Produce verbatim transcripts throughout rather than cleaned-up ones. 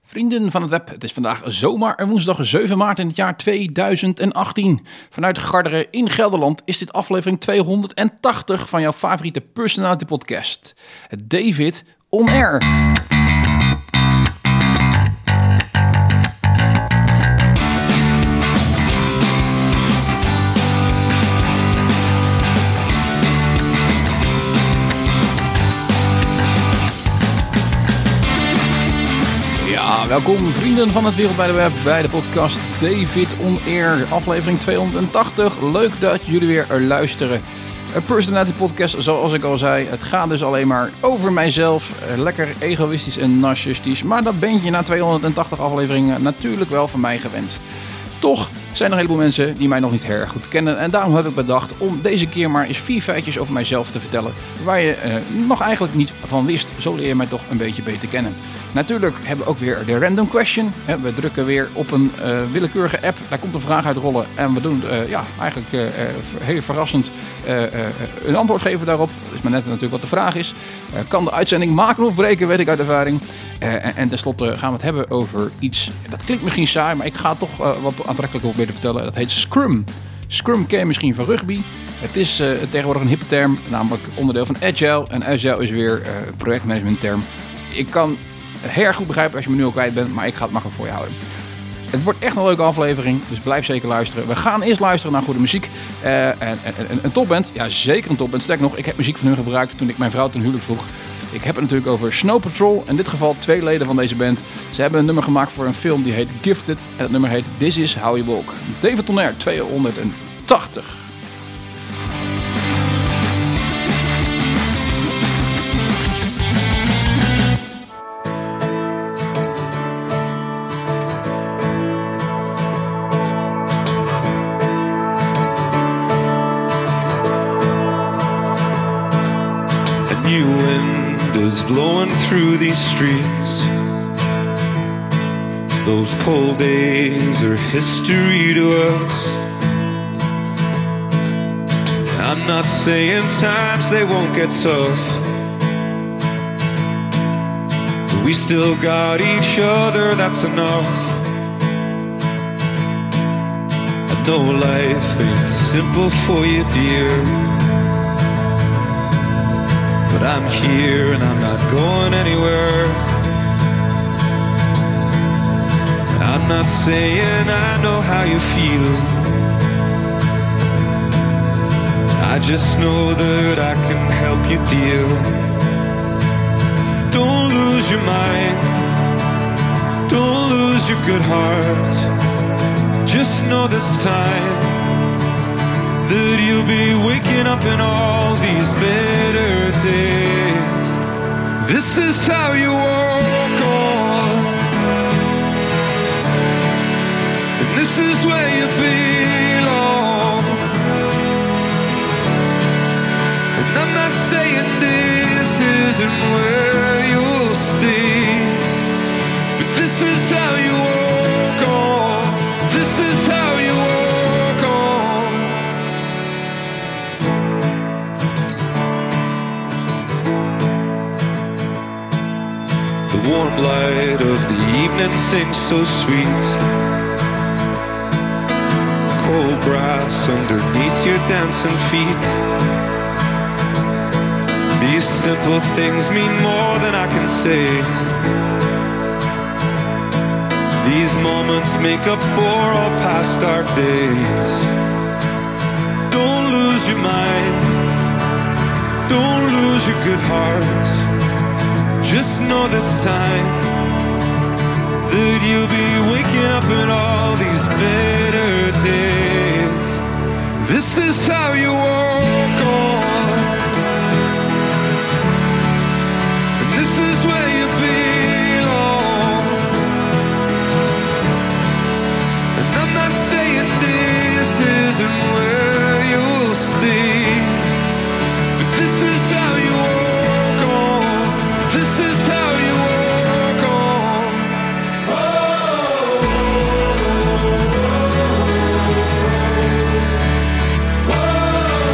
Vrienden van het web, het is vandaag zomaar en woensdag zeven maart in het jaar tweeduizend achttien. Vanuit Garderen in Gelderland is dit aflevering tweehonderdtachtig van jouw favoriete personality podcast. David On Air. Welkom vrienden van het wereldwijde web bij de podcast David On Air, aflevering tweehonderdtachtig. Leuk dat jullie weer luisteren. Een personality podcast, zoals ik al zei. Het gaat dus alleen maar over mijzelf. Lekker egoïstisch en narcistisch. Maar dat ben je na tweehonderdtachtig afleveringen natuurlijk wel van mij gewend. Toch zijn er een heleboel mensen die mij nog niet heel erg goed kennen. En daarom heb ik bedacht om deze keer maar eens vier feitjes over mijzelf te vertellen. Waar je eh, nog eigenlijk niet van wist. Zo leer je mij toch een beetje beter kennen. Natuurlijk hebben we ook weer de random question. We drukken weer op een uh, willekeurige app. Daar komt een vraag uit rollen. En we doen uh, ja, eigenlijk uh, heel verrassend uh, uh, een antwoord geven daarop. Dat is maar net natuurlijk wat de vraag is. Uh, kan de uitzending maken of breken, weet ik uit ervaring. Uh, en, en tenslotte gaan we het hebben over iets. Dat klinkt misschien saai, maar ik ga het toch uh, wat aantrekkelijker proberen te vertellen. Dat heet Scrum. Scrum ken je misschien van rugby. Het is uh, tegenwoordig een hippe term, namelijk onderdeel van Agile. En Agile is weer uh, een projectmanagement term. Ik kan heel erg goed begrijpen als je me nu al kwijt bent, maar ik ga het makkelijk voor je houden. Het wordt echt een leuke aflevering, dus blijf zeker luisteren. We gaan eerst luisteren naar goede muziek. Uh, en, en, en een topband, ja zeker een topband. Sterk nog, ik heb muziek van hun gebruikt toen ik mijn vrouw ten huwelijk vroeg. Ik heb het natuurlijk over Snow Patrol, in dit geval twee leden van deze band. Ze hebben een nummer gemaakt voor een film die heet Gifted en het nummer heet This Is How You Walk. David On Air tweehonderdtachtig. Blowing through these streets. Those cold days are history to us. I'm not saying times they won't get tough, but we still got each other, that's enough. I know life ain't simple for you, dear, but I'm here and I'm not going anywhere. I'm not saying I know how you feel. I just know that I can help you deal. Don't lose your mind. Don't lose your good heart. Just know this time that you'll be waking up in all these better days. This is how you walk on, and this is where you belong. And I'm not saying this isn't where you'll stay, but this is how you walk on. This is how you walk on. The warm light of the evening sings so sweet. Cold grass underneath your dancing feet. These simple things mean more than I can say. These moments make up for all past dark days. Don't lose your mind. Don't lose your good heart. Just know this time that you'll be waking up in all these better days. This is how you walk on, and this is where you belong. And I'm not saying this isn't where you'll stay, but this is how you walk on. This is how you walk on. Oh, oh, oh, oh.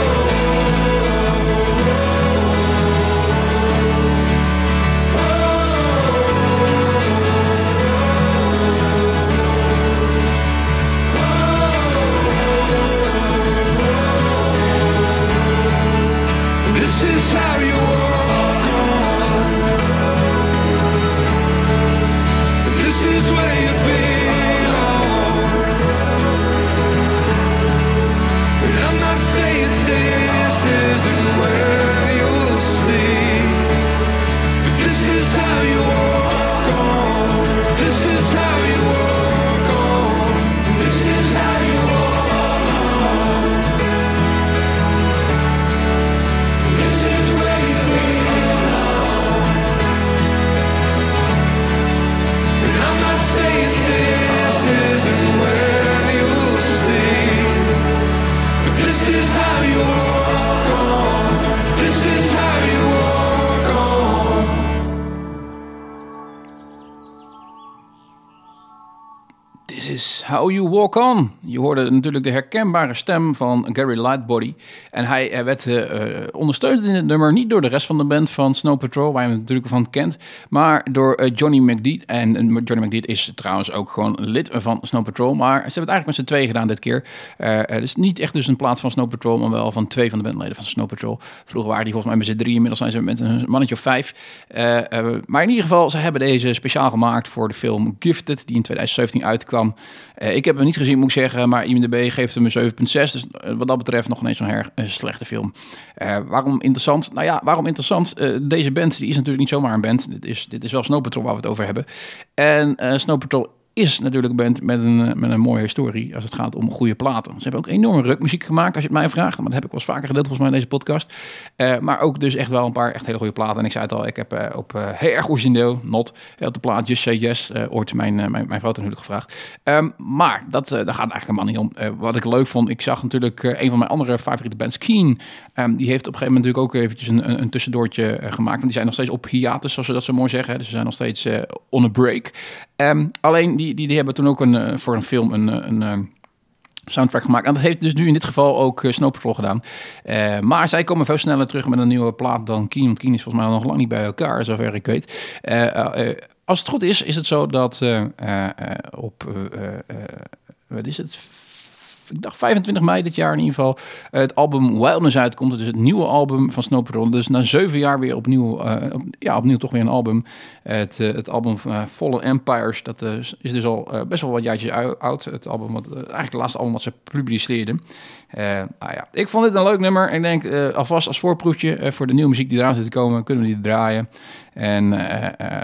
This is how you walk on. Je hoorde natuurlijk de herkenbare stem van Gary Lightbody. En hij werd uh, ondersteund in het nummer niet door de rest van de band van Snow Patrol, waar je hem natuurlijk van kent, maar door uh, Johnny McDeed. En uh, Johnny McDeed is trouwens ook gewoon lid van Snow Patrol, maar ze hebben het eigenlijk met z'n tweeën gedaan dit keer. Uh, het is niet echt dus een plaat van Snow Patrol, maar wel van twee van de bandleden van Snow Patrol. Vroeger waren die volgens mij met z'n drie, inmiddels zijn ze met een mannetje of vijf. Uh, uh, maar in ieder geval, ze hebben deze speciaal gemaakt voor de film Gifted, die in twintig zeventien uitkwam. Uh, ik heb hem niet gezien, moet ik zeggen, maar I M D B geeft hem een zeven komma zes. Dus uh, wat dat betreft nog ineens zo'n erg uh, slechte film. Uh, waarom interessant? Nou ja, waarom interessant? Uh, deze band die is natuurlijk niet zomaar een band. Dit is, dit is wel Snow Patrol waar we het over hebben. En uh, Snow Patrol is natuurlijk een band met een, met een mooie historie als het gaat om goede platen. Ze hebben ook enorme rockmuziek gemaakt, als je het mij vraagt. Maar dat heb ik wel eens vaker gedeeld volgens mij in deze podcast. Uh, maar ook dus echt wel een paar echt hele goede platen. En ik zei het al, ik heb uh, op uh, heel erg origineel, not, op de plaat Just Say Yes, uh, ooit mijn, uh, mijn, mijn vrouw natuurlijk gevraagd. Um, maar dat, uh, daar gaat het eigenlijk helemaal niet om. Uh, wat ik leuk vond, ik zag natuurlijk uh, een van mijn andere favoriete bands, Keen. Um, die heeft op een gegeven moment natuurlijk ook eventjes een, een, een tussendoortje uh, gemaakt. Want die zijn nog steeds op hiatus, zoals ze dat zo mooi zeggen. Hè. Dus ze zijn nog steeds uh, on a break. Um, alleen, die, die, die hebben toen ook een, uh, voor een film een, een, een soundtrack gemaakt. En dat heeft dus nu in dit geval ook uh, Snow Patrol gedaan. Uh, maar zij komen veel sneller terug met een nieuwe plaat dan Keen. Want Keen is volgens mij nog lang niet bij elkaar, zover ik weet. Uh, uh, uh, als het goed is, is het zo dat uh, uh, uh, op... Uh, uh, wat is het? Ik dacht vijfentwintig mei dit jaar in ieder geval, uh, het album Wildness uitkomt. Het is het nieuwe album van Snow Patrol. Dus na zeven jaar weer opnieuw, uh, op, ja, opnieuw toch weer een album. Uh, het, uh, het album uh, Fallen Empires, dat uh, is dus al uh, best wel wat jaartjes oud. Het album, wat, uh, eigenlijk het laatste album wat ze publiceerden. Uh, ah ja. Ik vond dit een leuk nummer. Ik denk, uh, alvast als voorproefje uh, voor de nieuwe muziek die eraan zit te komen, kunnen we die draaien. En uh, uh,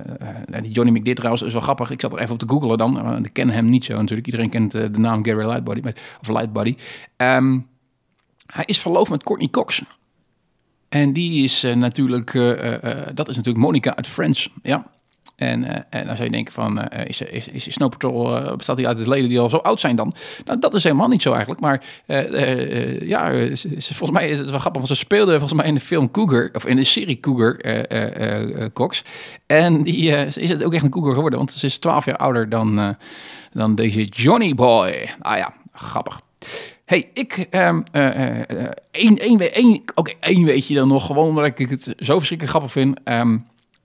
uh, die Johnny McDeed trouwens is wel grappig. Ik zat er even op te googlen dan. Uh, ik ken hem niet zo natuurlijk. Iedereen kent uh, de naam Gary Lightbody. Of Lightbody. Um, hij is verloofd met Courtney Cox. En die is uh, natuurlijk... Uh, uh, dat is natuurlijk Monica uit Friends. Ja. En, uh, en dan zou je denken van... Uh, is, is, is Snow Patrol... Uh, bestaat hij uit de leden die al zo oud zijn dan? Nou, dat is helemaal niet zo eigenlijk. Maar uh, uh, ja, ze, ze, volgens mij is het wel grappig. Want ze speelde volgens mij in de film Cougar... Of in de serie Cougar uh, uh, uh, Cox. En die uh, is het ook echt een Cougar geworden. Want ze is twaalf jaar ouder dan, uh, dan deze Johnny Boy. Ah ja. Grappig. Hey, ik... Um, uh, uh, één, één, één, Oké, okay, één weet je dan nog. Gewoon omdat ik het zo verschrikkelijk grappig vind. Um,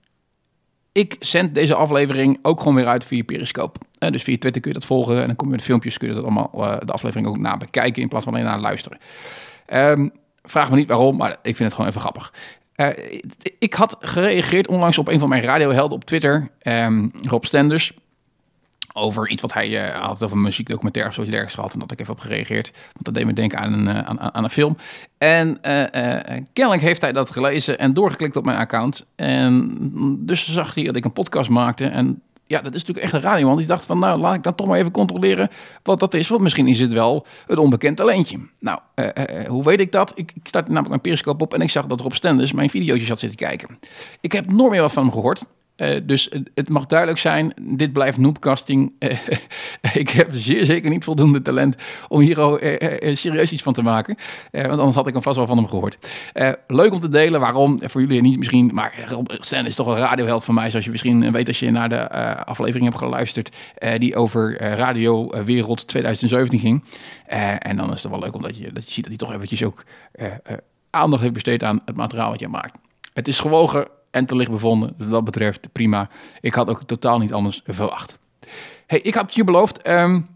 ik zend deze aflevering ook gewoon weer uit via Periscope. Uh, dus via Twitter kun je dat volgen. En dan kom je met de filmpjes, kun je dat allemaal, uh, de aflevering ook na bekijken. In plaats van alleen naar luisteren. Um, vraag me niet waarom, maar ik vind het gewoon even grappig. Uh, ik had gereageerd onlangs op een van mijn radiohelden op Twitter. Um, Rob Stenders. Over iets wat hij uh, had over een muziekdocumentaire of zoiets dergelijks gehad. En dat ik even op gereageerd. Want dat deed me denken aan een, uh, aan, aan een film. En uh, uh, kennelijk heeft hij dat gelezen en doorgeklikt op mijn account. En dus zag hij dat ik een podcast maakte. En ja, dat is natuurlijk echt een radio. Want ik dacht van, nou, laat ik dan toch maar even controleren wat dat is. Want misschien is het wel het onbekend talentje. Nou, uh, uh, hoe weet ik dat? Ik, ik startte namelijk mijn Periscope op en ik zag dat Rob Stenders mijn video's had zitten kijken. Ik heb nooit meer wat van hem gehoord. Uh, dus het mag duidelijk zijn, dit blijft noobcasting. Uh, ik heb zeer zeker niet voldoende talent om hier al uh, uh, serieus iets van te maken. Uh, want anders had ik hem vast wel van hem gehoord. Uh, leuk om te delen, waarom? Voor jullie niet misschien, maar Rob Stenders is toch een radioheld van mij. Zoals je misschien weet als je naar de uh, aflevering hebt geluisterd. Uh, die over uh, radiowereld twintig zeventien ging. Uh, en dan is het wel leuk omdat je, dat je ziet dat hij toch eventjes ook uh, uh, aandacht heeft besteed aan het materiaal wat je maakt. Het is gewogen en te licht bevonden. Wat dat betreft prima. Ik had ook totaal niet anders verwacht. Hey, ik had het je beloofd. Um,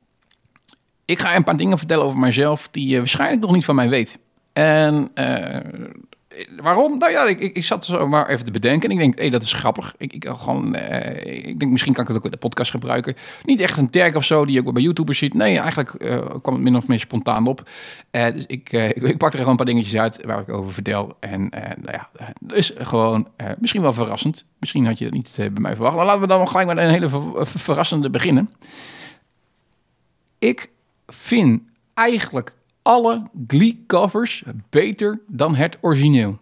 ik ga een paar dingen vertellen over mijzelf die je waarschijnlijk nog niet van mij weet. En uh, waarom? Nou ja, ik, ik, ik zat zo maar even te bedenken. En ik denk, hé, hey, dat is grappig. Ik, ik, gewoon, uh, ik denk, misschien kan ik het ook in de podcast gebruiken. Niet echt een tag of zo die je ook bij YouTubers ziet. Nee, eigenlijk uh, kwam het min of meer spontaan op. Uh, dus ik, uh, ik, ik pak er gewoon een paar dingetjes uit waar ik over vertel. En uh, nou ja, dat is gewoon uh, misschien wel verrassend. Misschien had je dat niet uh, bij mij verwacht. Maar laten we dan gelijk met een hele ver- verrassende beginnen. Ik vind eigenlijk alle Glee-covers beter dan het origineel.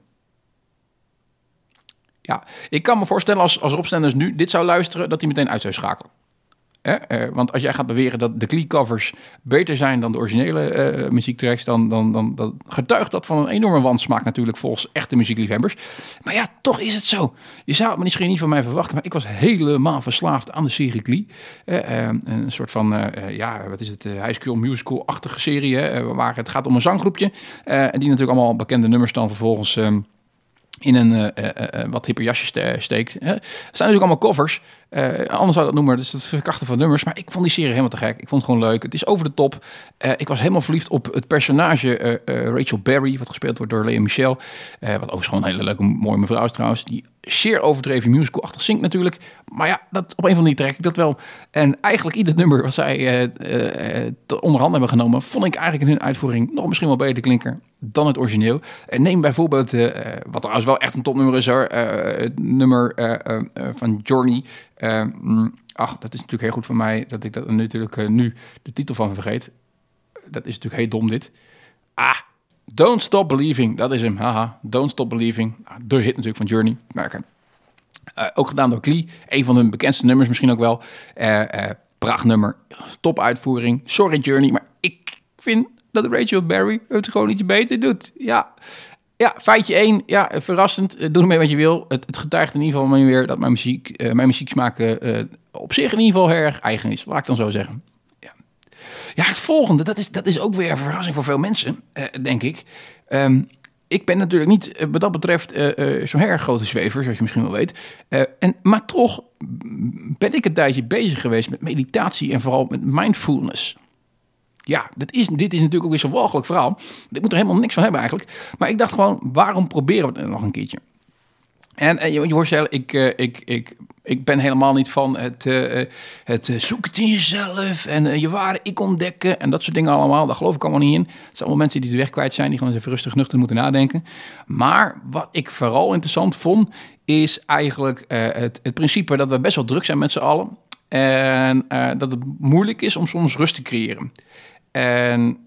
Ja, ik kan me voorstellen als, als Rob Stenders nu dit zou luisteren, dat hij meteen uit zou schakelen. Hè? Uh, want als jij gaat beweren dat de Glee-covers beter zijn dan de originele uh, muziektracks, dan, dan, dan, dan getuigt dat van een enorme wansmaak natuurlijk volgens echte muziekliefhebbers. Maar ja, toch is het zo. Je zou het misschien niet van mij verwachten, maar ik was helemaal verslaafd aan de serie Glee. Uh, uh, een soort van, uh, ja, wat is het, uh, High School Musical-achtige serie, hè, uh, waar het gaat om een zanggroepje. Uh, en die natuurlijk allemaal bekende nummers dan vervolgens Uh, in een uh, uh, uh, wat hipper jasje ste- steekt. Hè. Het zijn natuurlijk allemaal covers. Uh, anders zou dat noemen, dus dat is verkrachten van nummers. Maar ik vond die serie helemaal te gek. Ik vond het gewoon leuk. Het is over de top. Uh, ik was helemaal verliefd op het personage uh, uh, Rachel Berry, wat gespeeld wordt door Lea Michele. Uh, wat overigens gewoon een hele leuke, mooie mevrouw is trouwens. Die zeer overdreven musical-achtig zingt natuurlijk. Maar ja, dat, op een van die trek ik dat wel. En eigenlijk ieder nummer wat zij uh, uh, te onderhand hebben genomen, vond ik eigenlijk in hun uitvoering nog misschien wel beter klinken dan het origineel. Uh, neem bijvoorbeeld, uh, wat trouwens wel echt een topnummer is hoor, uh, het nummer uh, uh, uh, van Journey. Uh, ach, dat is natuurlijk heel goed voor mij dat ik dat natuurlijk uh, nu de titel van vergeet. Dat is natuurlijk heel dom dit. Ah, Don't Stop Believing, dat is hem. Haha, Don't Stop Believing. Ah, de hit natuurlijk van Journey. Maar, okay. uh, ook gedaan door Glee. Een van hun bekendste nummers misschien ook wel. Uh, uh, prachtnummer, top uitvoering. Sorry Journey, maar ik vind dat Rachel Berry het gewoon iets beter doet. Ja. Ja, feitje één. Ja, verrassend. Doe ermee wat je wil. Het, het getuigt in ieder geval weer dat mijn muziek, uh, mijn muzieksmaak uh, op zich in ieder geval heel erg eigen is. Laat ik dan zo zeggen. Ja, ja het volgende, dat is, dat is ook weer een verrassing voor veel mensen, uh, denk ik. Um, ik ben natuurlijk niet, uh, wat dat betreft, uh, uh, zo'n erg grote zwever, zoals je misschien wel weet. Uh, en, maar toch ben ik een tijdje bezig geweest met meditatie en vooral met mindfulness. Ja, dat is, dit is natuurlijk ook weer zo'n walgelijk verhaal. Ik moet er helemaal niks van hebben eigenlijk. Maar ik dacht gewoon, waarom proberen we het nog een keertje? En, en je, je hoort stellen, ik, uh, ik, ik, ik ben helemaal niet van het, uh, het uh, zoek het in jezelf en uh, je ware ik ontdekken en dat soort dingen allemaal. Daar geloof ik allemaal niet in. Het zijn allemaal mensen die de weg kwijt zijn, die gewoon eens even rustig nuchter moeten nadenken. Maar wat ik vooral interessant vond, is eigenlijk uh, het, het principe dat we best wel druk zijn met z'n allen. En uh, dat het moeilijk is om soms rust te creëren. En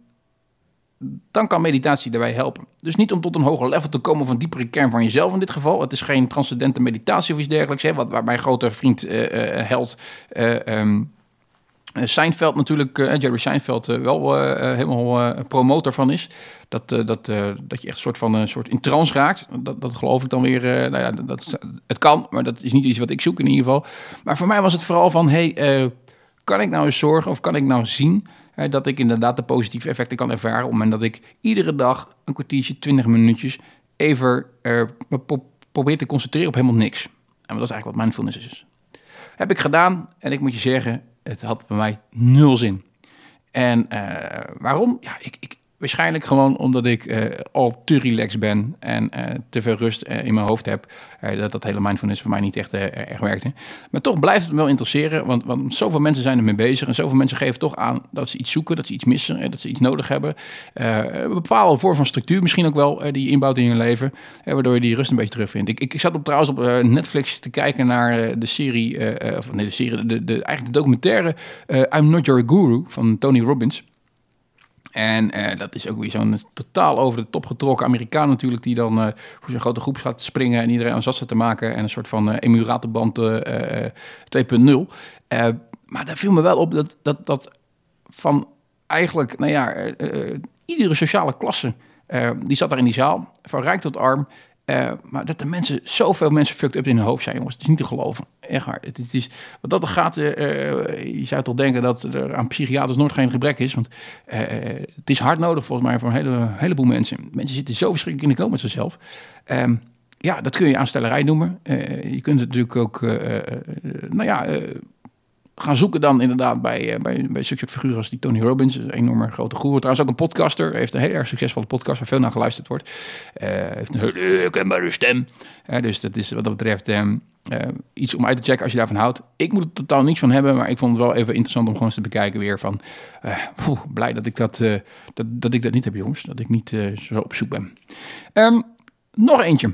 dan kan meditatie daarbij helpen. Dus niet om tot een hoger level te komen of een diepere kern van jezelf in dit geval. Het is geen transcendente meditatie of iets dergelijks. Hè, wat, waar mijn grote vriend, uh, uh, held, uh, um, Seinfeld natuurlijk, uh, Jerry Seinfeld, uh, wel uh, helemaal uh, promotor van is. Dat, uh, dat, uh, dat je echt een soort van een soort in trance raakt. Dat, dat geloof ik dan weer. Uh, nou ja, dat, het kan, maar dat is niet iets wat ik zoek in ieder geval. Maar voor mij was het vooral van, hey, uh, kan ik nou eens zorgen of kan ik nou zien uh, dat ik inderdaad de positieve effecten kan ervaren op het moment dat ik iedere dag een kwartiertje, twintig minuutjes even uh, me probeer te concentreren op helemaal niks. En dat is eigenlijk wat mindfulness is. Heb ik gedaan en ik moet je zeggen, het had bij mij nul zin. En uh, waarom? Ja, ik, ik, waarschijnlijk gewoon omdat ik uh, al te relaxed ben en uh, te veel rust uh, in mijn hoofd heb. Uh, dat dat hele mindfulness voor mij niet echt uh, erg werkte. Maar toch blijft het me wel interesseren, want, want zoveel mensen zijn ermee bezig. En zoveel mensen geven toch aan dat ze iets zoeken, dat ze iets missen, uh, dat ze iets nodig hebben. Uh, een bepaalde vorm van structuur misschien ook wel, uh, die je inbouwt in je leven. Uh, waardoor je die rust een beetje terugvindt. Ik, ik, ik zat op, trouwens op uh, Netflix te kijken naar uh, de serie, uh, of nee, de serie, de, de, eigenlijk de documentaire uh, I'm Not Your Guru van Tony Robbins. En uh, dat is ook weer zo'n totaal over de top getrokken Amerikaan natuurlijk, die dan uh, voor zo'n grote groep gaat springen en iedereen aan zat te maken en een soort van uh, emulatorband uh, uh, twee punt nul. Uh, maar daar viel me wel op dat, dat, dat van eigenlijk, nou ja, uh, uh, iedere sociale klasse, uh, die zat daar in die zaal, van rijk tot arm. Uh, maar dat de mensen, zoveel mensen fucked up in hun hoofd zijn, jongens. Het is niet te geloven. Echt waar. Het, het is, wat dat er gaat, uh, je zou toch denken dat er aan psychiaters nooit geen gebrek is. Want uh, het is hard nodig volgens mij voor een hele, heleboel mensen. Mensen zitten zo verschrikkelijk in de knoop met zichzelf. Um, ja, dat kun je aanstellerij noemen. Uh, je kunt het natuurlijk ook, uh, uh, nou ja, uh, gaan zoeken dan inderdaad bij, uh, bij, bij zulke soort figuren als die Tony Robbins. Een enorme grote goeroe. Trouwens ook een podcaster. Hij heeft een heel erg succesvolle podcast waar veel naar geluisterd wordt. Hij uh, heeft een hele herkenbare stem. Uh, dus dat is wat dat betreft um, uh, iets om uit te checken als je daarvan houdt. Ik moet er totaal niks van hebben, maar ik vond het wel even interessant om gewoon eens te bekijken weer van, uh, poeh, blij dat ik dat, uh, dat, dat ik dat niet heb, jongens. Dat ik niet uh, zo op zoek ben. Um, nog eentje.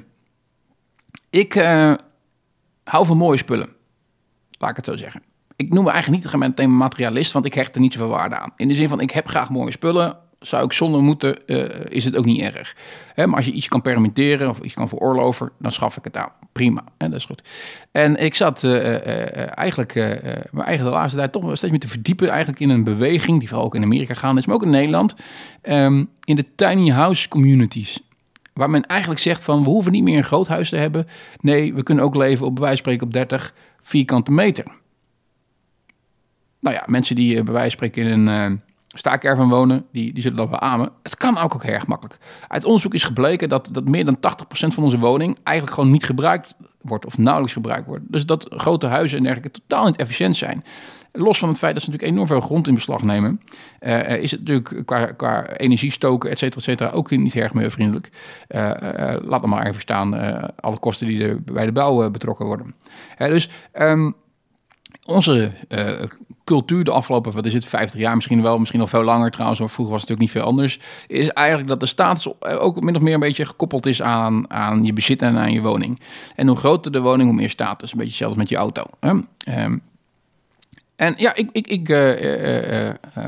Ik uh, hou van mooie spullen. Laat ik het zo zeggen. Ik noem me eigenlijk niet meteen materialist, want ik hecht er niet zoveel waarde aan. In de zin van, ik heb graag mooie spullen. Zou ik zonder moeten, uh, is het ook niet erg. Hè, maar als je iets kan permitteren of iets kan veroorloven, dan schaf ik het aan. prima. En dat is goed. En ik zat uh, uh, eigenlijk, uh, me eigenlijk de laatste tijd toch wel steeds meer te verdiepen eigenlijk in een beweging die vooral ook in Amerika gaande is, maar ook in Nederland, um, in de tiny house communities. Waar men eigenlijk zegt van, we hoeven niet meer een groot huis te hebben. Nee, we kunnen ook leven op bij wijze van spreken op dertig vierkante meter. Nou ja, mensen die bij wijze van spreken in een uh, staakerven wonen, die, die zullen dat wel amen. Het kan ook, ook heel erg makkelijk. Uit onderzoek is gebleken dat, dat meer dan tachtig procent van onze woning eigenlijk gewoon niet gebruikt wordt of nauwelijks gebruikt wordt. Dus dat grote huizen en dergelijke totaal niet efficiënt zijn. Los van het feit dat ze natuurlijk enorm veel grond in beslag nemen, uh, is het natuurlijk qua, qua energiestoken, et cetera, et cetera, ook niet erg milieuvriendelijk. Uh, uh, laat dan maar even staan uh, alle kosten die er bij de bouw uh, betrokken worden. Uh, dus um, onze uh, cultuur de afgelopen, wat is het, vijftig jaar misschien wel, misschien nog veel langer trouwens, of vroeger was het natuurlijk niet veel anders, is eigenlijk dat de status ook min of meer een beetje gekoppeld is aan, aan je bezit en aan je woning. En hoe groter de woning, hoe meer status. Een beetje hetzelfde met je auto. Hè? Um, En ja, ik, ik, ik uh, uh, uh, uh,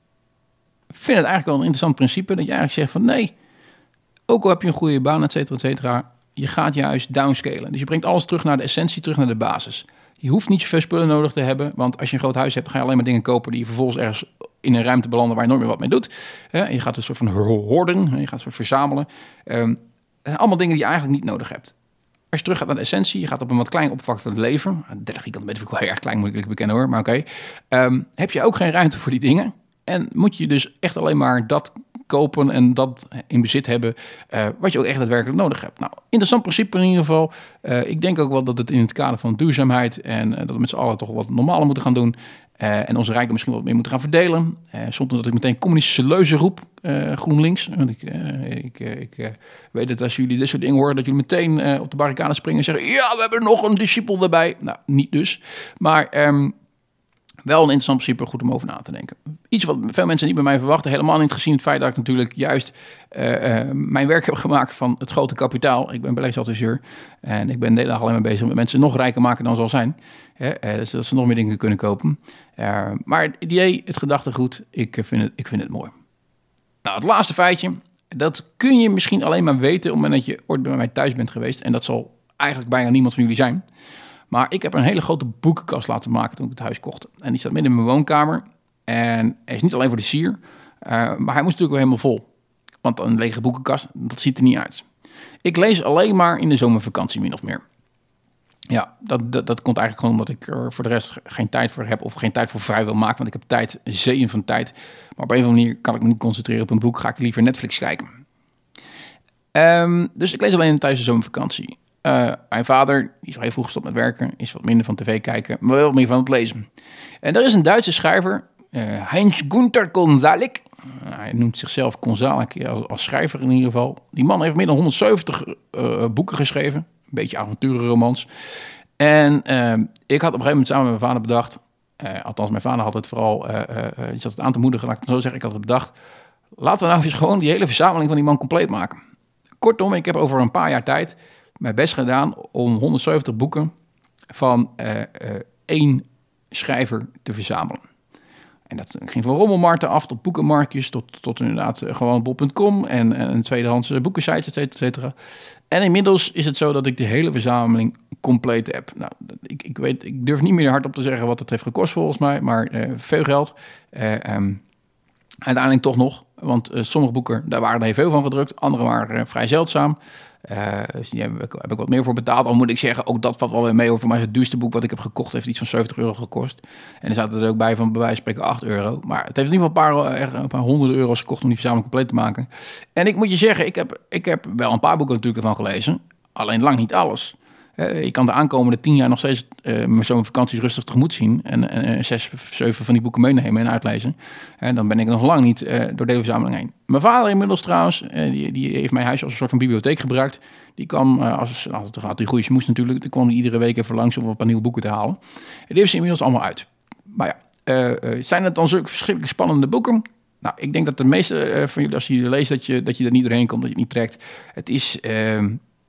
vind het eigenlijk wel een interessant principe, dat je eigenlijk zegt van nee, ook al heb je een goede baan, et cetera, et cetera, je gaat juist downscalen. Dus je brengt alles terug naar de essentie, terug naar de basis. Je hoeft niet zoveel spullen nodig te hebben, want als je een groot huis hebt, ga je alleen maar dingen kopen die je vervolgens ergens in een ruimte belanden waar je nooit meer wat mee doet. Uh, je gaat een soort van hoorden, je gaat een soort verzamelen. Um, allemaal dingen die je eigenlijk niet nodig hebt. Als je terug gaat naar de essentie, je gaat op een wat klein oppervlakkig leven. dertig vierkante meter vind ik wel heel erg klein, moet ik bekennen hoor, maar oké. Okay. Um, heb je ook geen ruimte voor die dingen. En moet je dus echt alleen maar dat kopen en dat in bezit hebben uh, wat je ook echt daadwerkelijk nodig hebt. Nou, interessant principe in ieder geval. Uh, ik denk ook wel dat het in het kader van duurzaamheid en uh, dat we met z'n allen toch wat normaler moeten gaan doen. Uh, en onze rijken misschien wat meer moeten gaan verdelen. Uh, zonder dat ik meteen communistische leuzen roep, uh, GroenLinks. Want ik, uh, ik, uh, ik uh, weet dat als jullie dit soort dingen horen, dat jullie meteen uh, op de barricade springen en zeggen, ja, we hebben nog een discipel erbij. Nou, niet dus. Maar um, wel een interessant principe, goed om over na te denken. Iets wat veel mensen niet bij mij verwachten, helemaal niet gezien het feit dat ik natuurlijk juist uh, uh, mijn werk heb gemaakt van het grote kapitaal. Ik ben beleggingsadviseur en ik ben de hele dag alleen maar bezig met mensen nog rijker maken dan ze al zijn. Hè? Uh, dus dat ze nog meer dingen kunnen kopen. Uh, maar het idee, het gedachtegoed, ik vind het, ik vind het mooi. Nou, het laatste feitje, dat kun je misschien alleen maar weten op het moment dat je ooit bij mij thuis bent geweest. En dat zal eigenlijk bijna niemand van jullie zijn. Maar ik heb een hele grote boekenkast laten maken toen ik het huis kocht. En die staat midden in mijn woonkamer. En hij is niet alleen voor de sier, uh, maar hij moest natuurlijk wel helemaal vol. Want een lege boekenkast, dat ziet er niet uit. Ik lees alleen maar in de zomervakantie, min of meer. Ja, dat, dat, dat komt eigenlijk gewoon omdat ik er voor de rest geen tijd voor heb of geen tijd voor vrij wil maken. Want ik heb tijd, zeeën van tijd. Maar op een of andere manier kan ik me niet concentreren op een boek. Ga ik liever Netflix kijken. Um, dus ik lees alleen tijdens de zomervakantie. Uh, mijn vader, die is al heel vroeg gestopt met werken, is wat minder van tv kijken, maar wel meer van het lezen. En er is een Duitse schrijver, uh, Heinz Günther Konzalek. Uh, hij noemt zichzelf Konzalek als, als schrijver in ieder geval. Die man heeft meer dan honderdzeventig uh, boeken geschreven, een beetje avonturenromans. En uh, ik had op een gegeven moment samen met mijn vader bedacht, uh, althans mijn vader had het vooral, uh, uh, die zat het aan te moedigen, laat ik het zo zeggen, ik had het bedacht, laten we nou eens gewoon die hele verzameling van die man compleet maken. Kortom, ik heb over een paar jaar tijd mijn best gedaan om honderdzeventig boeken van uh, uh, één schrijver te verzamelen. En dat ging van rommelmarkten af tot boekenmarktjes, tot, tot inderdaad uh, gewoon bol punt com en, en tweedehands boekensites, et cetera, et cetera. En inmiddels is het zo dat ik de hele verzameling compleet heb. Nou, ik, ik, weet, ik durf niet meer hardop te zeggen wat het heeft gekost volgens mij, maar uh, veel geld. Uh, um, uiteindelijk toch nog, want uh, sommige boeken, daar waren er heel veel van gedrukt, andere waren uh, vrij zeldzaam. Uh, dus die heb ik, heb ik wat meer voor betaald. Al moet ik zeggen, ook dat valt wel weer mee. Over mij is het duurste boek wat ik heb gekocht heeft iets van zeventig euro gekost. En er zaten er ook bij van bij wijze van spreken acht euro. Maar het heeft in ieder geval een paar, een paar honderden euro's gekost om die verzameling compleet te maken. En ik moet je zeggen, ik heb, ik heb wel een paar boeken natuurlijk ervan gelezen. Alleen lang niet alles. Uh, je kan de aankomende tien jaar nog steeds uh, mijn zomervakanties rustig tegemoet zien. En, en uh, zes, zeven van die boeken meenemen en uitlezen. En dan ben ik nog lang niet uh, door deze verzameling heen. Mijn vader inmiddels trouwens, uh, die, die heeft mijn huis als een soort van bibliotheek gebruikt. Die kwam, uh, als nou, het gaat die goede moest natuurlijk, die kwam die iedere week even langs om een paar nieuwe boeken te halen. En die heeft ze inmiddels allemaal uit. Maar ja, uh, uh, zijn het dan zulke verschrikkelijk spannende boeken? Nou, ik denk dat de meeste uh, van jullie, als je leest, dat je, dat je er niet doorheen komt, dat je het niet trekt. Het is... Uh,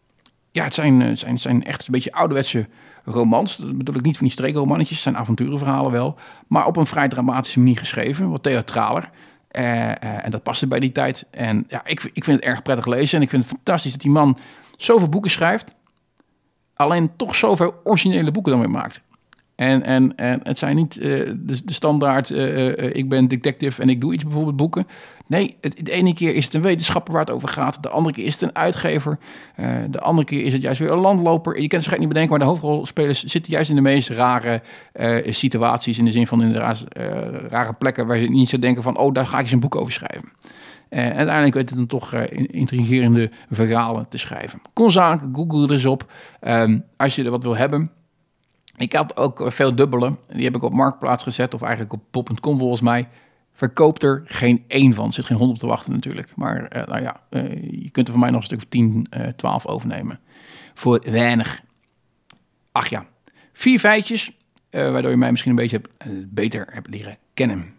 Ja, het zijn, zijn, zijn echt een beetje ouderwetse romans. Dat bedoel ik niet van die streekromannetjes. Het zijn avonturenverhalen wel. Maar op een vrij dramatische manier geschreven. Wat theatraler. Uh, uh, en dat paste bij die tijd. En ja, ik, ik vind het erg prettig lezen. En ik vind het fantastisch dat die man zoveel boeken schrijft. alleen toch zoveel originele boeken dan weer maakt. En, en, en het zijn niet uh, de, de standaard, uh, uh, ik ben detective en ik doe iets, bijvoorbeeld boeken. Nee, het, de ene keer is het een wetenschapper waar het over gaat. De andere keer is het een uitgever. Uh, de andere keer is het juist weer een landloper. Je kunt het gek niet bedenken, maar de hoofdrolspelers zitten juist in de meest rare uh, situaties. In de zin van inderdaad uh, rare plekken waar je niet zou denken van, oh, daar ga ik eens een boek over schrijven. Uh, en uiteindelijk weet het dan toch uh, intrigerende verhalen te schrijven. Kon zaken, google er eens op. Um, als je er wat wil hebben. Ik had ook veel dubbele. Die heb ik op Marktplaats gezet. Of eigenlijk op pop punt com volgens mij. Verkoopt er geen één van. Er zit geen hond op te wachten natuurlijk. Maar uh, nou ja, uh, je kunt er voor mij nog een stuk of tien, uh, twaalf overnemen. Voor weinig. Ach ja. Vier feitjes. Uh, waardoor je mij misschien een beetje uh, beter hebt leren kennen.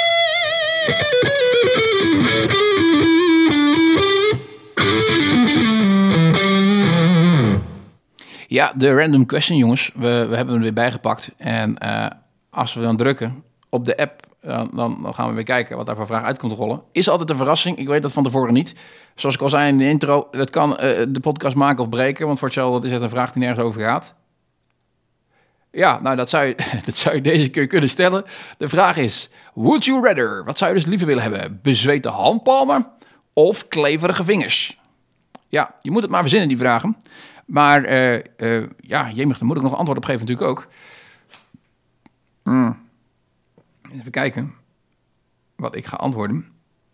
Ja, de random question, jongens. We, we hebben hem weer bijgepakt. En uh, als we dan drukken op de app, dan, dan gaan we weer kijken wat daar voor vraag uit komt rollen. Is altijd een verrassing. Ik weet dat van tevoren niet. Zoals ik al zei in de intro, dat kan uh, de podcast maken of breken. Want voor hetzelfde is het een vraag die nergens over gaat. Ja, nou, dat zou je, dat zou je deze keer kunnen stellen. De vraag is, would you rather? Wat zou je dus liever willen hebben? Bezweten handpalmen of kleverige vingers? Ja, je moet het maar verzinnen, die vragen. Maar uh, uh, ja, jemig, daar moet ik nog antwoord op geven natuurlijk ook. Mm. Even kijken wat ik ga antwoorden.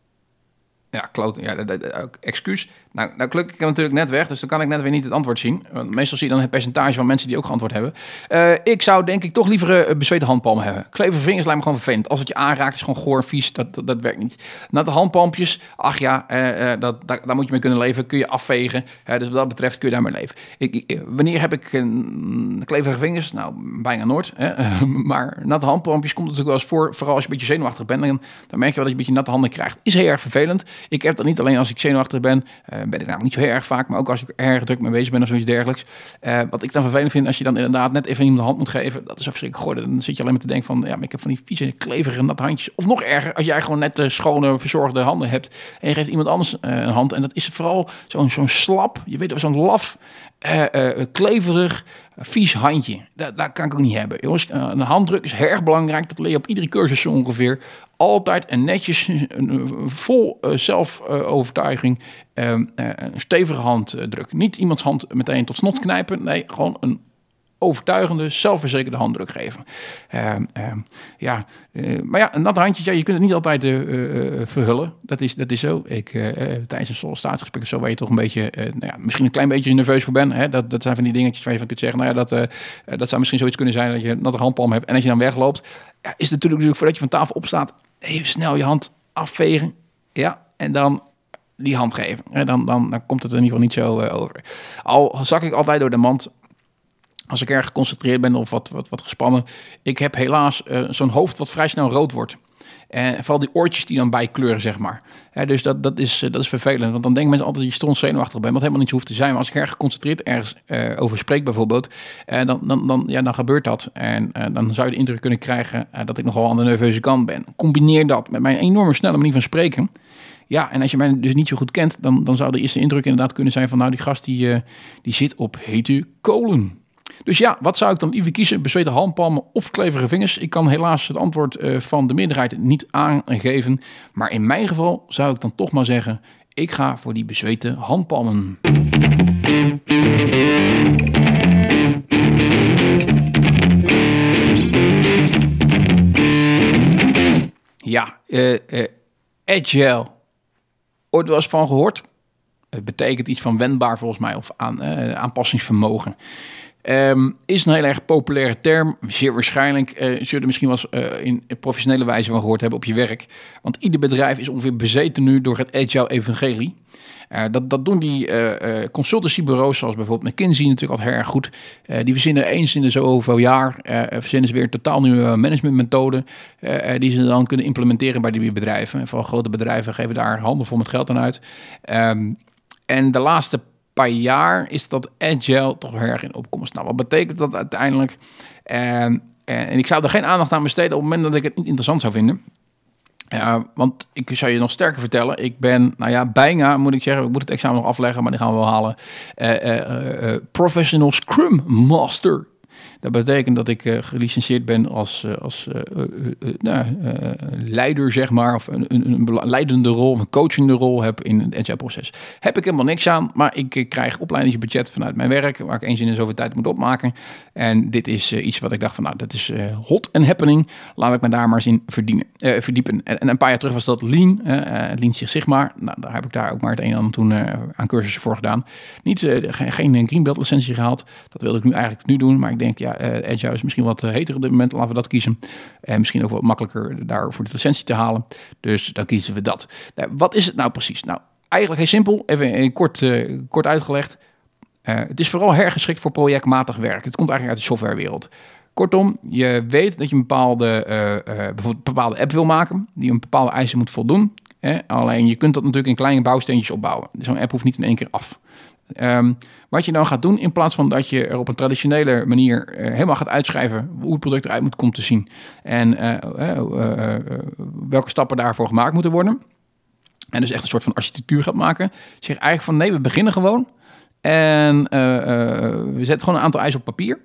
Ja, kloot. Ja, dat, dat, ook excuus. Nou, nou klik ik hem natuurlijk net weg, dus dan kan ik net weer niet het antwoord zien. Want meestal zie je dan het percentage van mensen die ook geantwoord hebben. Uh, ik zou denk ik toch liever uh, bezweten handpalmen hebben. Klevige vingers lijkt me gewoon vervelend. Als het je aanraakt is gewoon goor, vies. Dat, dat, dat werkt niet. Natte handpalmpjes, ach ja, uh, uh, dat, daar, daar moet je mee kunnen leven. Kun je afvegen. Uh, dus wat dat betreft kun je daarmee leven. Ik, ik, wanneer heb ik uh, kleverige vingers? Nou, bijna nooit. Hè? Uh, maar natte handpalmpjes komt natuurlijk wel eens voor. Vooral als je een beetje zenuwachtig bent. Dan, dan merk je wel dat je een beetje natte handen krijgt. Is heel erg vervelend. Ik heb dat niet alleen als ik zenuwachtig ben. Uh, ben ik namelijk niet zo heel erg vaak. Maar ook als ik erg druk mee bezig ben of zoiets dergelijks. Uh, wat ik dan vervelend vind, als je dan inderdaad net even iemand de hand moet geven. Dat is zo verschrikkelijk goor. Dan zit je alleen maar te denken van, ja, maar ik heb van die vieze, kleverige, natte handjes. Of nog erger, als jij gewoon net uh, schone, verzorgde handen hebt. En je geeft iemand anders uh, een hand. En dat is vooral zo'n, zo'n slap, je weet wel, zo'n laf, uh, uh, kleverig, uh, vies handje. Dat, dat kan ik ook niet hebben. Jongens, uh, een handdruk is heel erg belangrijk. Dat leer je op iedere cursus zo ongeveer. Altijd en netjes, vol uh, zelfovertuiging, uh, uh, een stevige handdruk. Niet iemands hand meteen tot snot knijpen. Nee, gewoon een overtuigende, zelfverzekerde handdruk geven. Uh, uh, ja, uh, maar ja, een nat handje, ja, je kunt het niet altijd uh, uh, verhullen. Dat is, dat is zo. Ik, uh, uh, tijdens een sollicitatiesgesprek of zo, waar je toch een beetje, uh, nou ja, misschien een klein beetje nerveus voor bent. Hè? Dat, dat zijn van die dingetjes waar je van kunt zeggen, nou ja, dat, uh, dat zou misschien zoiets kunnen zijn dat je een natte handpalm hebt. En als je dan wegloopt, ja, is het natuurlijk, natuurlijk voordat je van tafel opstaat, even snel je hand afvegen. Ja, en dan die hand geven. Ja, dan, dan, dan komt het in ieder geval niet zo uh, over. Al zak ik altijd door de mand, als ik erg geconcentreerd ben of wat, wat, wat gespannen. Ik heb helaas uh, zo'n hoofd wat vrij snel rood wordt. En vooral die oortjes die dan bijkleuren, zeg maar. Ja, dus dat, dat, is, dat is vervelend. Want dan denken mensen altijd dat je stond zenuwachtig bent. Wat helemaal niet zo hoeft te zijn. Maar als ik erg geconcentreerd ergens uh, over spreek bijvoorbeeld. Uh, dan, dan, dan, ja, dan gebeurt dat. En uh, dan zou je de indruk kunnen krijgen uh, dat ik nogal aan de nerveuze kant ben. Combineer dat met mijn enorme snelle manier van spreken. Ja, en als je mij dus niet zo goed kent. Dan, dan zou de eerste indruk inderdaad kunnen zijn van, nou, die gast die, uh, die zit op hete kolen. Dus ja, wat zou ik dan liever kiezen? Bezweten handpalmen of kleverige vingers? Ik kan helaas het antwoord uh, van de meerderheid niet aangeven. Maar in mijn geval zou ik dan toch maar zeggen, ik ga voor die bezweten handpalmen. Ja, uh, uh, agile. Ooit wel eens van gehoord? Het betekent iets van wendbaar volgens mij of aan, uh, aanpassingsvermogen. Um, is een heel erg populaire term. Zeer waarschijnlijk uh, zul je er misschien wel eens uh, in professionele wijze van gehoord hebben op je werk. Want ieder bedrijf is ongeveer bezeten nu door het agile evangelie. Uh, dat, dat doen die uh, uh, consultancybureaus zoals bijvoorbeeld McKinsey natuurlijk al heel erg goed. Uh, die verzinnen eens in de zoveel jaar uh, verzinnen ze weer een totaal nieuwe managementmethode uh, die ze dan kunnen implementeren bij die bedrijven. En vooral grote bedrijven geven daar handen vol met geld aan uit. Um, en de laatste paar jaar is dat agile toch heel erg in opkomst. Nou, wat betekent dat uiteindelijk? Uh, en ik zou er geen aandacht aan besteden op het moment dat ik het niet interessant zou vinden. Ja, want ik zou je nog sterker vertellen. Ik ben, nou ja, bijna moet ik zeggen. Ik moet het examen nog afleggen, maar die gaan we wel halen. Uh, uh, uh, professional Scrum Master. Dat betekent dat ik uh, gelicenseerd ben als, uh, als uh, uh, uh, nou, uh, leider, zeg maar. Of een, een, een leidende rol, of een coachende rol heb in het agile proces. Heb ik helemaal niks aan, maar ik uh, krijg opleidingsbudget vanuit mijn werk, waar ik eens in de zoveel tijd moet opmaken. En dit is uh, iets wat ik dacht van, nou, dat is uh, hot and happening. Laat ik me daar maar eens in verdienen, uh, verdiepen. En, en een paar jaar terug was dat Lean, uh, Lean Six Sigma. Nou, daar heb ik daar ook maar het een en ander toen uh, aan cursussen voor gedaan. Niet, uh, geen, geen Greenbelt licentie gehaald. Dat wilde ik nu eigenlijk nu doen, maar ik denk, ja, Uh, Agile is misschien wat heter op dit moment, laten we dat kiezen. En uh, misschien ook wat makkelijker daar voor de licentie te halen. Dus dan kiezen we dat. Nou, wat is het nou precies? Nou, eigenlijk heel simpel, even kort, uh, kort uitgelegd. Uh, het is vooral hergeschikt voor projectmatig werk. Het komt eigenlijk uit de softwarewereld. Kortom, je weet dat je een bepaalde, uh, uh, bijvoorbeeld een bepaalde app wil maken, die een bepaalde eisen moet voldoen. Eh? Alleen je kunt dat natuurlijk in kleine bouwsteentjes opbouwen. Zo'n app hoeft niet in één keer af. Um, wat je dan gaat doen, in plaats van dat je er op een traditionele manier uh, helemaal gaat uitschrijven hoe het product eruit moet komen te zien en uh, uh, uh, uh, welke stappen daarvoor gemaakt moeten worden. En dus echt een soort van architectuur gaat maken. Zeg eigenlijk van nee, we beginnen gewoon en uh, uh, we zetten gewoon een aantal eisen op papier.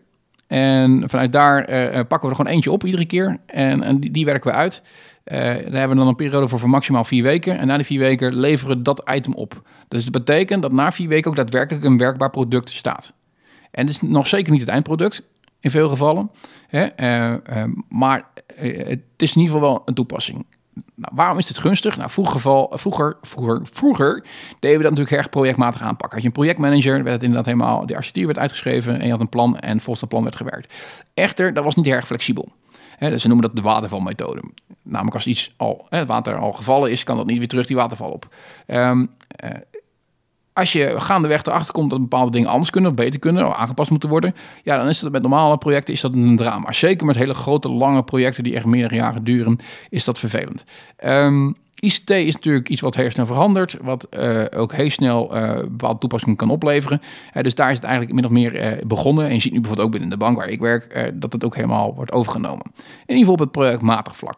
En vanuit daar uh, pakken we er gewoon eentje op iedere keer en, en die, die werken we uit. Uh, daar hebben we dan een periode voor van maximaal vier weken. En na die vier weken leveren we dat item op. Dus dat betekent dat na vier weken ook daadwerkelijk een werkbaar product staat. En het is nog zeker niet het eindproduct, in veel gevallen. Hè? Uh, uh, maar uh, het is in ieder geval wel een toepassing. Nou, waarom is dit gunstig? Nou, vroeger, geval, vroeger, vroeger, vroeger deden we dat natuurlijk erg projectmatig aanpakken. Had je een projectmanager, werd het inderdaad helemaal, de architectuur werd uitgeschreven en je had een plan en volgens dat plan werd gewerkt. Echter, dat was niet erg flexibel. He, dus ze noemen dat de watervalmethode. Namelijk als iets al, he, het water al gevallen is, kan dat niet weer terug die waterval op. Um, uh, als je gaandeweg erachter komt dat bepaalde dingen anders kunnen of beter kunnen of aangepast moeten worden, ja, dan is dat met normale projecten is dat een drama. Zeker met hele grote, lange projecten die echt meerdere jaren duren, is dat vervelend. Um, I C T is natuurlijk iets wat heel snel verandert, wat uh, ook heel snel uh, bepaalde toepassingen kan opleveren. Uh, dus daar is het eigenlijk min of meer uh, begonnen. En je ziet nu bijvoorbeeld ook binnen de bank waar ik werk, uh, dat het ook helemaal wordt overgenomen. In ieder geval op het projectmatig vlak.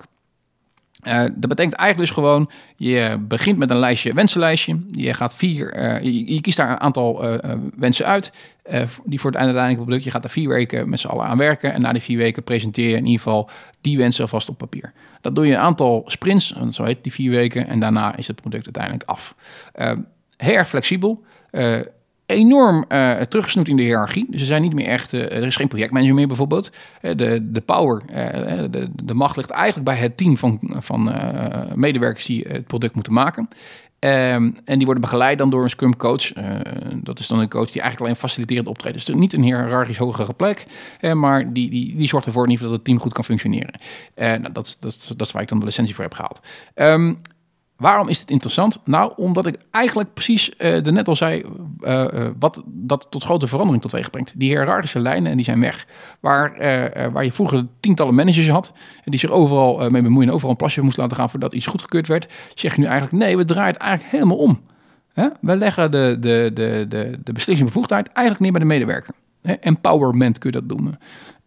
Uh, dat betekent eigenlijk dus gewoon, je begint met een lijstje, wensenlijstje. Je gaat vier, uh, je, je kiest daar een aantal uh, wensen uit, uh, die voor het uiteindelijke product. Je gaat daar vier weken met z'n allen aan werken. En na die vier weken presenteer je in ieder geval die wensen alvast op papier. Dat doe je een aantal sprints, zo heet die vier weken. En daarna is het product uiteindelijk af. Uh, heel erg flexibel. Uh, enorm uh, teruggesnoed in de hiërarchie. Dus er zijn niet meer echt, uh, er is geen projectmanager meer bijvoorbeeld. Uh, de, de power, uh, de, de macht ligt eigenlijk bij het team van, van uh, medewerkers die het product moeten maken. Um, en die worden begeleid dan door een Scrum coach. Uh, dat is dan een coach die eigenlijk alleen faciliterend optreedt. Dus niet een hiërarchisch hogere plek, uh, maar die, die, die zorgt ervoor in ieder geval dat het team goed kan functioneren. Uh, nou, dat, dat, dat is waar ik dan de licentie voor heb gehaald. Um, Waarom is dit interessant? Nou, omdat ik eigenlijk precies uh, net al zei, uh, uh, wat dat tot grote verandering tot weeg brengt. Die hiërarchische lijnen, die zijn weg. Waar, uh, uh, waar je vroeger tientallen managers had, die zich overal uh, mee bemoeien en overal een plasje moest laten gaan voordat iets goedgekeurd werd, zeg je nu eigenlijk, nee, we draaien het eigenlijk helemaal om. Hè? We leggen de, de, de, de, de beslissende bevoegdheid eigenlijk neer bij de medewerker. Hè? Empowerment kun je dat noemen.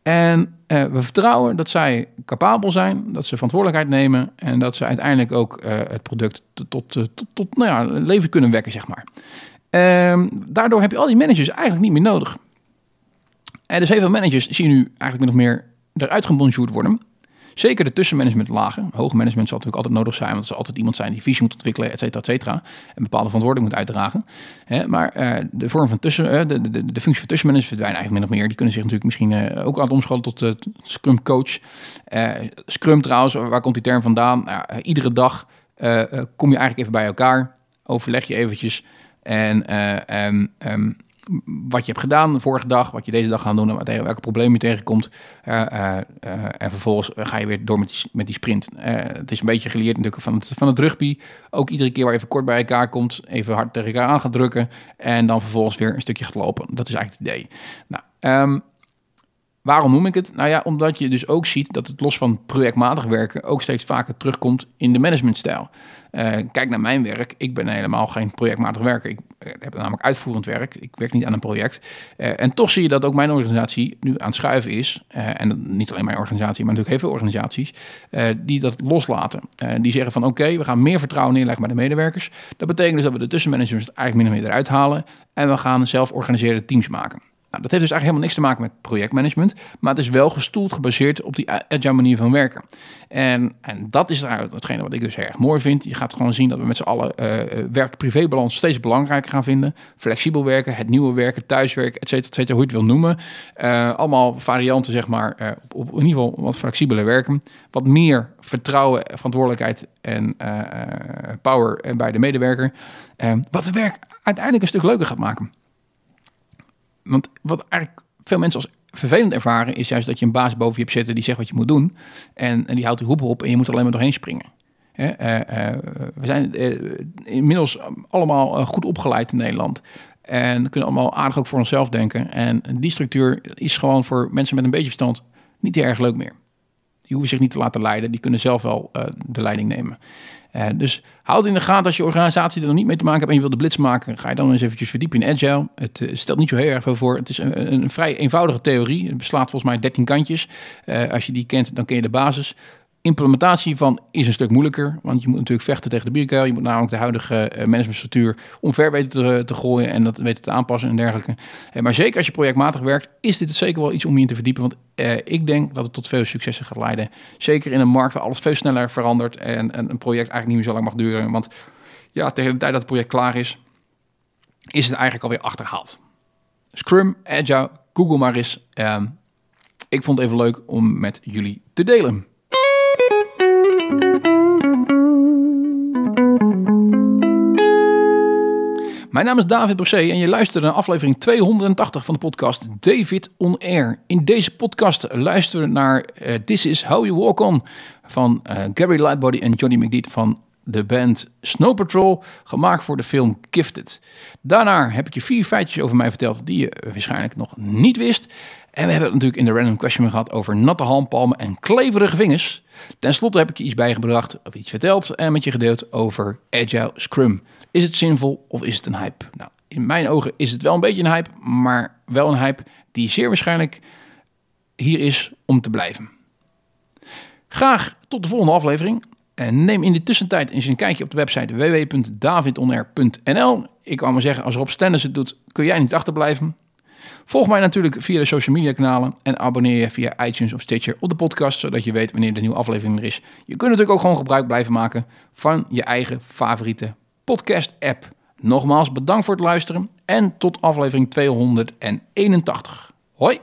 En uh, we vertrouwen dat zij capabel zijn, dat ze verantwoordelijkheid nemen en dat ze uiteindelijk ook uh, het product tot, tot, tot, tot nou ja, leven kunnen wekken, zeg maar. Uh, daardoor heb je al die managers eigenlijk niet meer nodig. En dus heel veel managers zien nu eigenlijk min of meer eruit gebonjourd worden. Zeker de tussenmanagementlagen. Hoog management zal natuurlijk altijd nodig zijn, want er zal altijd iemand zijn die visie moet ontwikkelen, et cetera, et cetera. En bepaalde verantwoording moet uitdragen. He, maar uh, de vorm van tussen, uh, de, de, de functie van tussenmanagers verdwijnen eigenlijk min of meer. Die kunnen zich natuurlijk misschien uh, ook aan omscholen tot uh, Scrum coach. Uh, Scrum trouwens, waar komt die term vandaan? Nou, uh, iedere dag uh, uh, kom je eigenlijk even bij elkaar, overleg je eventjes en uh, um, um, wat je hebt gedaan de vorige dag, wat je deze dag gaat doen en tegen welke problemen je tegenkomt. Uh, uh, uh, en vervolgens ga je weer door met die, met die sprint. Uh, het is een beetje geleerd natuurlijk van het, van het rugby. Ook iedere keer waar je even kort bij elkaar komt, even hard tegen elkaar aan gaat drukken en dan vervolgens weer een stukje gaat lopen. Dat is eigenlijk het idee. Nou, um, Waarom noem ik het? Nou ja, omdat je dus ook ziet dat het los van projectmatig werken ook steeds vaker terugkomt in de managementstijl. Uh, kijk naar mijn werk. Ik ben helemaal geen projectmatig werker. Ik heb namelijk uitvoerend werk. Ik werk niet aan een project. Uh, en toch zie je dat ook mijn organisatie nu aan het schuiven is. Uh, en niet alleen mijn organisatie, maar natuurlijk heel veel organisaties uh, die dat loslaten. Uh, die zeggen van oké, okay, we gaan meer vertrouwen neerleggen bij de medewerkers. Dat betekent dus dat we de tussenmanagers eigenlijk min of meer eruit halen. En we gaan zelf organiseerde teams maken. Nou, dat heeft dus eigenlijk helemaal niks te maken met projectmanagement, maar het is wel gestoeld, gebaseerd op die agile manier van werken. En, en dat is nou hetgene wat ik dus erg mooi vind. Je gaat gewoon zien dat we met z'n allen uh, werk-privébalans steeds belangrijker gaan vinden. Flexibel werken, het nieuwe werken, thuiswerken, et cetera, et cetera, hoe je het wil noemen. Uh, allemaal varianten, zeg maar, uh, op, op in ieder geval wat flexibeler werken. Wat meer vertrouwen, verantwoordelijkheid en uh, power bij de medewerker. Uh, wat het werk uiteindelijk een stuk leuker gaat maken. Want wat eigenlijk veel mensen als vervelend ervaren, is juist dat je een baas boven je hebt zitten die zegt wat je moet doen. En, en die houdt die roep op en je moet er alleen maar doorheen springen. He, uh, uh, we zijn uh, inmiddels allemaal uh, goed opgeleid in Nederland. En kunnen allemaal aardig ook voor onszelf denken. En die structuur is gewoon voor mensen met een beetje verstand niet heel erg leuk meer. Die hoeven zich niet te laten leiden. Die kunnen zelf wel uh, de leiding nemen. Uh, dus houd in de gaten als je organisatie er nog niet mee te maken hebt en je wil de blitz maken, ga je dan eens eventjes verdiepen in Agile. Het uh, stelt niet zo heel erg veel voor. Het is een, een vrij eenvoudige theorie. Het beslaat volgens mij dertien kantjes. Uh, als je die kent, dan ken je de basis. Implementatie van is een stuk moeilijker, want je moet natuurlijk vechten tegen de bierkuil. Je moet namelijk de huidige uh, managementstructuur omver weten te, te gooien en dat weten te aanpassen en dergelijke. Uh, maar zeker als je projectmatig werkt, is dit zeker wel iets om je in te verdiepen. Want uh, ik denk dat het tot veel successen gaat leiden. Zeker in een markt waar alles veel sneller verandert en, en een project eigenlijk niet meer zo lang mag duren. Want ja, tegen de tijd dat het project klaar is, is het eigenlijk alweer achterhaald. Scrum, Agile, Google maar eens. Uh, ik vond het even leuk om met jullie te delen. Mijn naam is David Brosé en je luistert naar aflevering tweehonderdtachtig van de podcast David On Air. In deze podcast luisteren we naar uh, This Is How You Walk On van uh, Gary Lightbody en Johnny McDeed van de band Snow Patrol, gemaakt voor de film Gifted. Daarna heb ik je vier feitjes over mij verteld die je waarschijnlijk nog niet wist. En we hebben het natuurlijk in de random question gehad over natte handpalmen en kleverige vingers. Ten slotte heb ik je iets bijgebracht of iets verteld en met je gedeeld over Agile Scrum. Is het zinvol of is het een hype? Nou, in mijn ogen is het wel een beetje een hype, maar wel een hype die zeer waarschijnlijk hier is om te blijven. Graag tot de volgende aflevering. En neem in de tussentijd eens een kijkje op de website w w w punt davidonair punt n l. Ik wou maar zeggen, als Rob Stenders het doet, kun jij niet achterblijven. Volg mij natuurlijk via de social media kanalen en abonneer je via iTunes of Stitcher op de podcast, zodat je weet wanneer de nieuwe aflevering er is. Je kunt natuurlijk ook gewoon gebruik blijven maken van je eigen favoriete podcast-app. Nogmaals, bedankt voor het luisteren en tot aflevering tweehonderdeenentachtig. Hoi!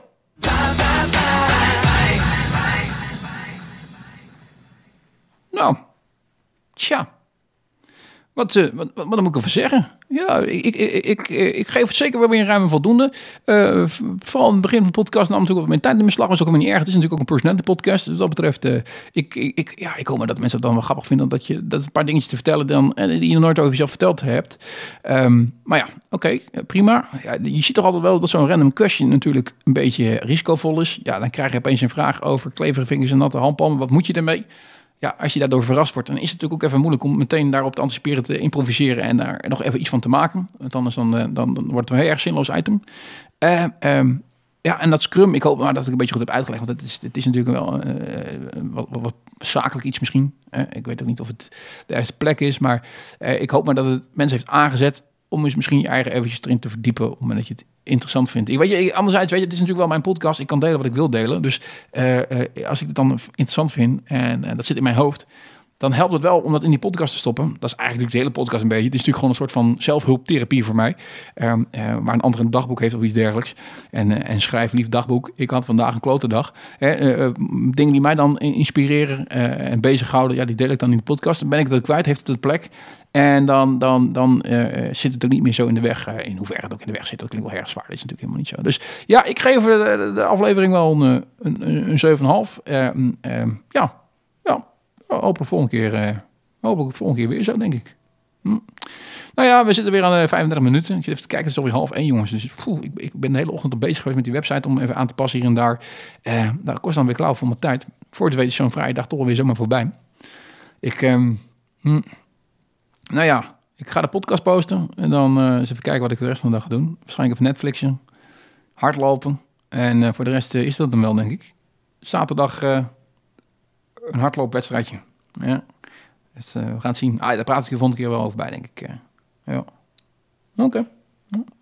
Nou, tja. Wat, uh, wat, wat, wat moet ik ervan zeggen? Ja, ik, ik, ik, ik geef het zeker wel weer een ruim en voldoende. Uh, vooral in het begin van de podcast nam natuurlijk wat meer tijd in mijn slag. Maar dat is ook niet erg. Het is natuurlijk ook een personality podcast. Dus wat dat betreft, uh, ik, ik, ja, ik hoop maar dat mensen het dan wel grappig vinden. Dat je dat een paar dingetjes te vertellen dan, en die je nooit over jezelf verteld hebt. Um, maar ja, oké, okay, prima. Ja, je ziet toch altijd wel dat zo'n random question natuurlijk een beetje risicovol is. Ja, dan krijg je opeens een vraag over kleverige vingers en natte handpalmen. Wat moet je ermee? Ja, als je daardoor verrast wordt, dan is het natuurlijk ook even moeilijk om meteen daarop te anticiperen, te improviseren en daar nog even iets van te maken. Want anders dan, dan, dan wordt het een heel erg zinloos item. Uh, um, ja, en dat Scrum, ik hoop maar dat ik een beetje goed heb uitgelegd, want het is, het is natuurlijk wel uh, wat, wat, wat zakelijk iets misschien. Uh, ik weet ook niet of het de eerste plek is, maar uh, ik hoop maar dat het mensen heeft aangezet om eens misschien je eigen eventjes erin te verdiepen, op het moment dat je het interessant vindt. Ik weet je, anderzijds, weet je, het is natuurlijk wel mijn podcast. Ik kan delen wat ik wil delen. Dus uh, uh, als ik het dan interessant vind en uh, dat zit in mijn hoofd, dan helpt het wel om dat in die podcast te stoppen. Dat is eigenlijk de hele podcast een beetje. Het is natuurlijk gewoon een soort van zelfhulptherapie voor mij. Uh, uh, waar een ander een dagboek heeft of iets dergelijks. En, uh, en schrijf lief dagboek. Ik had vandaag een klote dag. Uh, uh, dingen die mij dan inspireren uh, en bezighouden, ja, die deel ik dan in de podcast. Dan ben ik het kwijt, heeft het een plek. En dan, dan, dan uh, zit het ook niet meer zo in de weg. Uh, in hoeverre het ook in de weg zit, dat klinkt wel erg zwaar. Dat is natuurlijk helemaal niet zo. Dus ja, ik geef de, de aflevering wel een, een, een zeven komma vijf. Uh, uh, ja, ja. Hopelijk volgende keer, uh, hopelijk volgende keer weer zo, denk ik. Hm. Nou ja, we zitten weer aan de vijfendertig minuten. Ik zit even te kijken, het is alweer half één, jongens. Dus poeh, ik, ik ben de hele ochtend al bezig geweest met die website om even aan te passen hier en daar. Uh, dat kost dan weer klauw voor mijn tijd. Voor het weten is zo'n vrije dag toch alweer zomaar voorbij. Ik, um, hm, nou ja, ik ga de podcast posten en dan uh, eens even kijken wat ik de rest van de dag ga doen. Waarschijnlijk even Netflixen, hardlopen en uh, voor de rest uh, is dat dan wel, denk ik. Zaterdag uh, een hardloopwedstrijdje. Ja. Dus, uh, we gaan het zien. Ah, daar praat ik de volgende keer wel over bij, denk ik. Uh, ja. Oké. Okay.